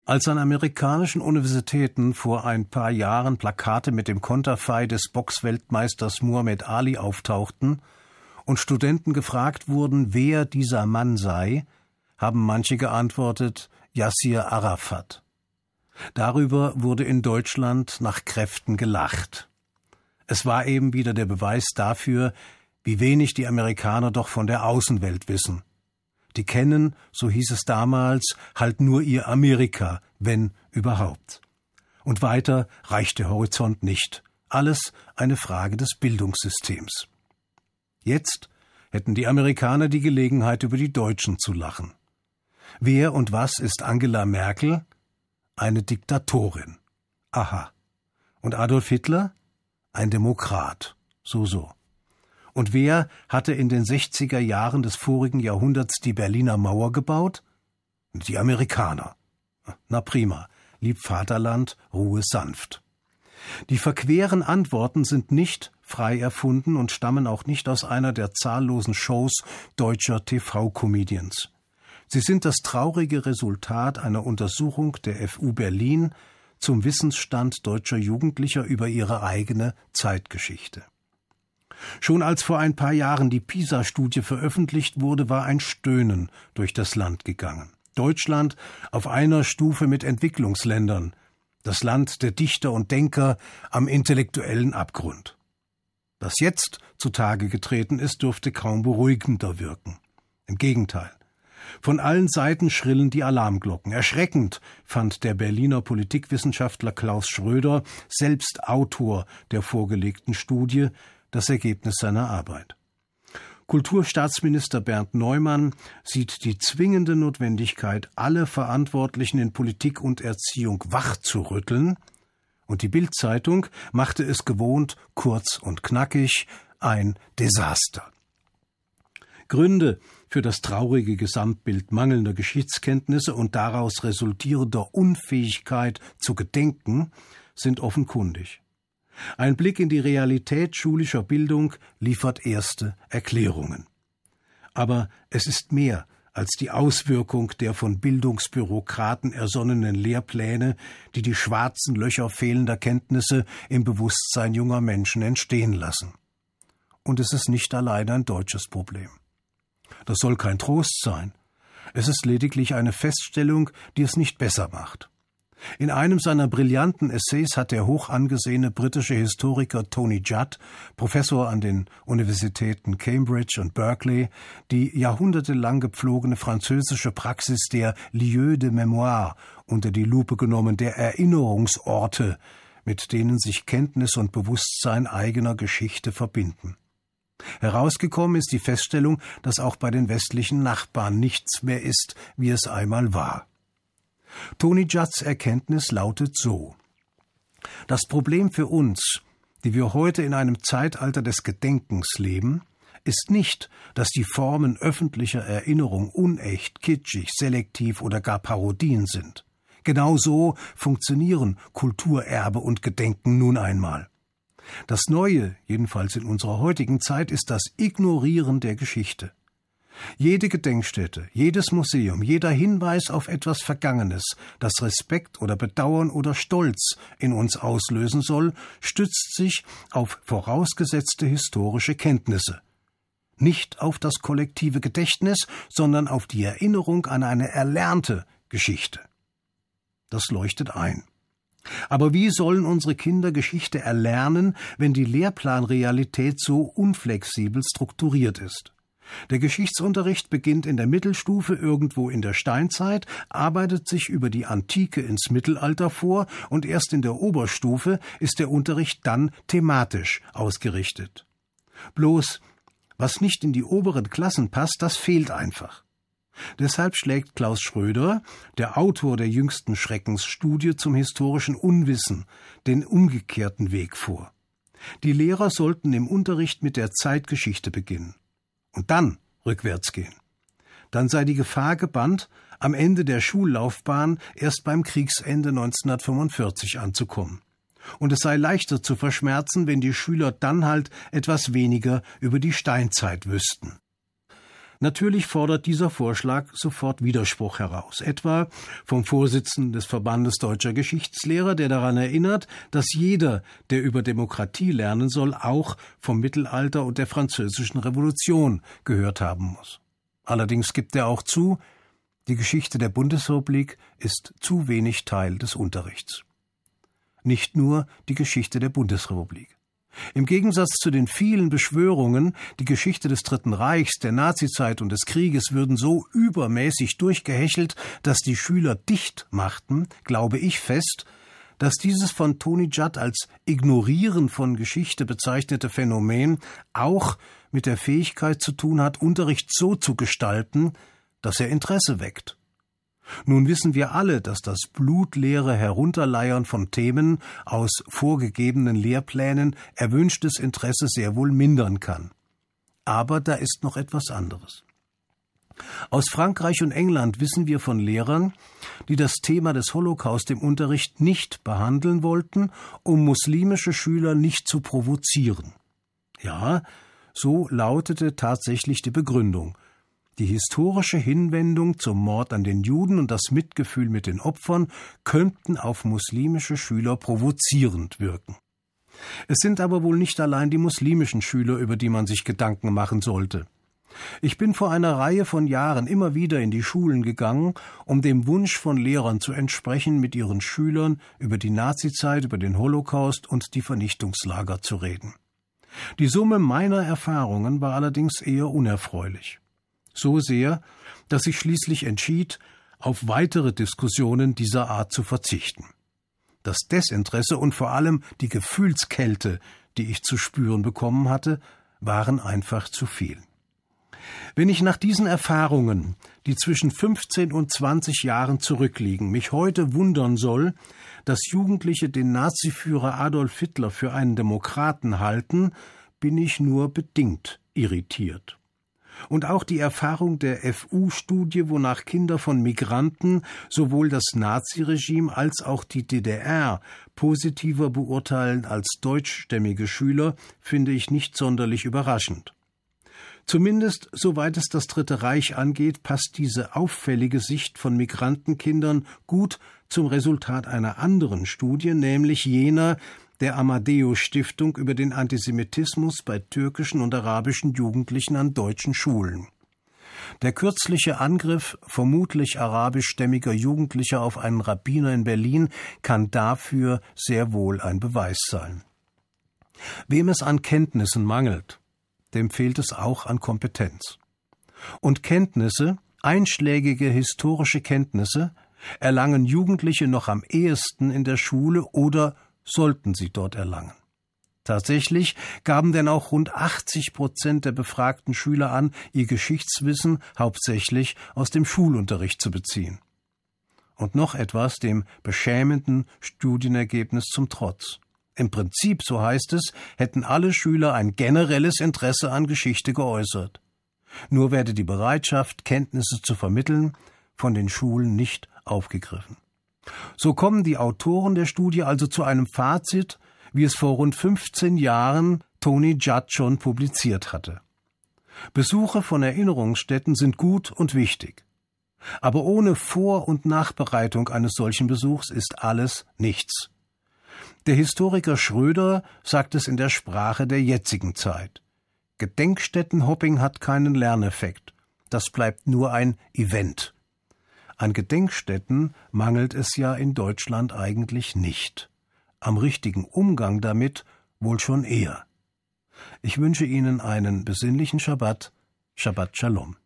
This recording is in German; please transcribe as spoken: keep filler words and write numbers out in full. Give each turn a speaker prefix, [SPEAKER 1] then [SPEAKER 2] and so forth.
[SPEAKER 1] Als an amerikanischen Universitäten vor ein paar Jahren Plakate mit dem Konterfei des Boxweltmeisters Muhammad Ali auftauchten und Studenten gefragt wurden, wer dieser Mann sei, haben manche geantwortet, Yassir Arafat. Darüber wurde in Deutschland nach Kräften gelacht. Es war eben wieder der Beweis dafür, wie wenig die Amerikaner doch von der Außenwelt wissen. Die kennen, so hieß es damals, halt nur ihr Amerika, wenn überhaupt. Und weiter reicht der Horizont nicht. Alles eine Frage des Bildungssystems. Jetzt hätten die Amerikaner die Gelegenheit, über die Deutschen zu lachen. Wer und was ist Angela Merkel? Eine Diktatorin. Aha. Und Adolf Hitler? Ein Demokrat. So, so. Und wer hatte in den sechziger Jahren des vorigen Jahrhunderts die Berliner Mauer gebaut? Die Amerikaner. Na prima, lieb Vaterland, Ruhe sanft. Die verqueren Antworten sind nicht frei erfunden und stammen auch nicht aus einer der zahllosen Shows deutscher T V-Comedians. Sie sind das traurige Resultat einer Untersuchung der F U Berlin zum Wissensstand deutscher Jugendlicher über ihre eigene Zeitgeschichte. Schon als vor ein paar Jahren die PISA-Studie veröffentlicht wurde, war ein Stöhnen durch das Land gegangen. Deutschland auf einer Stufe mit Entwicklungsländern, das Land der Dichter und Denker am intellektuellen Abgrund. Was jetzt zutage getreten ist, dürfte kaum beruhigender wirken. Im Gegenteil. Von allen Seiten schrillen die Alarmglocken. Erschreckend fand der Berliner Politikwissenschaftler Klaus Schröder, selbst Autor der vorgelegten Studie, das Ergebnis seiner Arbeit. Kulturstaatsminister Bernd Neumann sieht die zwingende Notwendigkeit, alle Verantwortlichen in Politik und Erziehung wachzurütteln, und die Bild-Zeitung machte es gewohnt, kurz und knackig, ein Desaster. Gründe für das traurige Gesamtbild mangelnder Geschichtskenntnisse und daraus resultierender Unfähigkeit zu gedenken sind offenkundig. Ein Blick in die Realität schulischer Bildung liefert erste Erklärungen. Aber es ist mehr als die Auswirkung der von Bildungsbürokraten ersonnenen Lehrpläne, die die schwarzen Löcher fehlender Kenntnisse im Bewusstsein junger Menschen entstehen lassen. Und es ist nicht allein ein deutsches Problem. Das soll kein Trost sein. Es ist lediglich eine Feststellung, die es nicht besser macht. In einem seiner brillanten Essays hat der hoch angesehene britische Historiker Tony Judd, Professor an den Universitäten Cambridge und Berkeley, die jahrhundertelang gepflogene französische Praxis der lieux de mémoire unter die Lupe genommen, der Erinnerungsorte, mit denen sich Kenntnis und Bewusstsein eigener Geschichte verbinden. Herausgekommen ist die Feststellung, dass auch bei den westlichen Nachbarn nichts mehr ist, wie es einmal war. Tony Judds Erkenntnis lautet so: Das Problem für uns, die wir heute in einem Zeitalter des Gedenkens leben, ist nicht, dass die Formen öffentlicher Erinnerung unecht, kitschig, selektiv oder gar Parodien sind. Genau so funktionieren Kulturerbe und Gedenken nun einmal. Das Neue, jedenfalls in unserer heutigen Zeit, ist das Ignorieren der Geschichte. Jede Gedenkstätte, jedes Museum, jeder Hinweis auf etwas Vergangenes, das Respekt oder Bedauern oder Stolz in uns auslösen soll, stützt sich auf vorausgesetzte historische Kenntnisse. Nicht auf das kollektive Gedächtnis, sondern auf die Erinnerung an eine erlernte Geschichte. Das leuchtet ein. Aber wie sollen unsere Kinder Geschichte erlernen, wenn die Lehrplanrealität so unflexibel strukturiert ist? Der Geschichtsunterricht beginnt in der Mittelstufe irgendwo in der Steinzeit, arbeitet sich über die Antike ins Mittelalter vor und erst in der Oberstufe ist der Unterricht dann thematisch ausgerichtet. Bloß, was nicht in die oberen Klassen passt, das fehlt einfach. Deshalb schlägt Klaus Schröder, der Autor der jüngsten Schreckensstudie zum historischen Unwissen, den umgekehrten Weg vor. Die Lehrer sollten im Unterricht mit der Zeitgeschichte beginnen. Und dann rückwärts gehen. Dann sei die Gefahr gebannt, am Ende der Schullaufbahn erst beim Kriegsende neunzehnhundertfünfundvierzig anzukommen. Und es sei leichter zu verschmerzen, wenn die Schüler dann halt etwas weniger über die Steinzeit wüssten. Natürlich fordert dieser Vorschlag sofort Widerspruch heraus, etwa vom Vorsitzenden des Verbandes Deutscher Geschichtslehrer, der daran erinnert, dass jeder, der über Demokratie lernen soll, auch vom Mittelalter und der Französischen Revolution gehört haben muss. Allerdings gibt er auch zu, die Geschichte der Bundesrepublik ist zu wenig Teil des Unterrichts. Nicht nur die Geschichte der Bundesrepublik. Im Gegensatz zu den vielen Beschwörungen, die Geschichte des Dritten Reichs, der Nazizeit und des Krieges würden so übermäßig durchgehechelt, dass die Schüler dicht machten, glaube ich fest, dass dieses von Tony Judd als Ignorieren von Geschichte bezeichnete Phänomen auch mit der Fähigkeit zu tun hat, Unterricht so zu gestalten, dass er Interesse weckt. Nun wissen wir alle, dass das blutleere Herunterleiern von Themen aus vorgegebenen Lehrplänen erwünschtes Interesse sehr wohl mindern kann. Aber da ist noch etwas anderes. Aus Frankreich und England wissen wir von Lehrern, die das Thema des Holocaust im Unterricht nicht behandeln wollten, um muslimische Schüler nicht zu provozieren. Ja, so lautete tatsächlich die Begründung. Die historische Hinwendung zum Mord an den Juden und das Mitgefühl mit den Opfern könnten auf muslimische Schüler provozierend wirken. Es sind aber wohl nicht allein die muslimischen Schüler, über die man sich Gedanken machen sollte. Ich bin vor einer Reihe von Jahren immer wieder in die Schulen gegangen, um dem Wunsch von Lehrern zu entsprechen, mit ihren Schülern über die Nazizeit, über den Holocaust und die Vernichtungslager zu reden. Die Summe meiner Erfahrungen war allerdings eher unerfreulich. So sehr, dass ich schließlich entschied, auf weitere Diskussionen dieser Art zu verzichten. Das Desinteresse und vor allem die Gefühlskälte, die ich zu spüren bekommen hatte, waren einfach zu viel. Wenn ich nach diesen Erfahrungen, die zwischen fünfzehn und zwanzig Jahren zurückliegen, mich heute wundern soll, dass Jugendliche den Naziführer Adolf Hitler für einen Demokraten halten, bin ich nur bedingt irritiert. Und auch die Erfahrung der F U-Studie, wonach Kinder von Migranten sowohl das Naziregime als auch die D D R positiver beurteilen als deutschstämmige Schüler, finde ich nicht sonderlich überraschend. Zumindest, soweit es das Dritte Reich angeht, passt diese auffällige Sicht von Migrantenkindern gut zum Resultat einer anderen Studie, nämlich jener der Amadeus-Stiftung über den Antisemitismus bei türkischen und arabischen Jugendlichen an deutschen Schulen. Der kürzliche Angriff vermutlich arabischstämmiger Jugendlicher auf einen Rabbiner in Berlin kann dafür sehr wohl ein Beweis sein. Wem es an Kenntnissen mangelt, dem fehlt es auch an Kompetenz. Und Kenntnisse, einschlägige historische Kenntnisse, erlangen Jugendliche noch am ehesten in der Schule oder sollten sie dort erlangen. Tatsächlich gaben denn auch rund achtzig Prozent der befragten Schüler an, ihr Geschichtswissen hauptsächlich aus dem Schulunterricht zu beziehen. Und noch etwas dem beschämenden Studienergebnis zum Trotz. Im Prinzip, so heißt es, hätten alle Schüler ein generelles Interesse an Geschichte geäußert. Nur werde die Bereitschaft, Kenntnisse zu vermitteln, von den Schulen nicht aufgegriffen. So kommen die Autoren der Studie also zu einem Fazit, wie es vor rund fünfzehn Jahren Tony Judd schon publiziert hatte. Besuche von Erinnerungsstätten sind gut und wichtig. Aber ohne Vor- und Nachbereitung eines solchen Besuchs ist alles nichts. Der Historiker Schröder sagt es in der Sprache der jetzigen Zeit. Gedenkstättenhopping hat keinen Lerneffekt. Das bleibt nur ein Event. An Gedenkstätten mangelt es ja in Deutschland eigentlich nicht. Am richtigen Umgang damit wohl schon eher. Ich wünsche Ihnen einen besinnlichen Schabbat. Shabbat Shalom.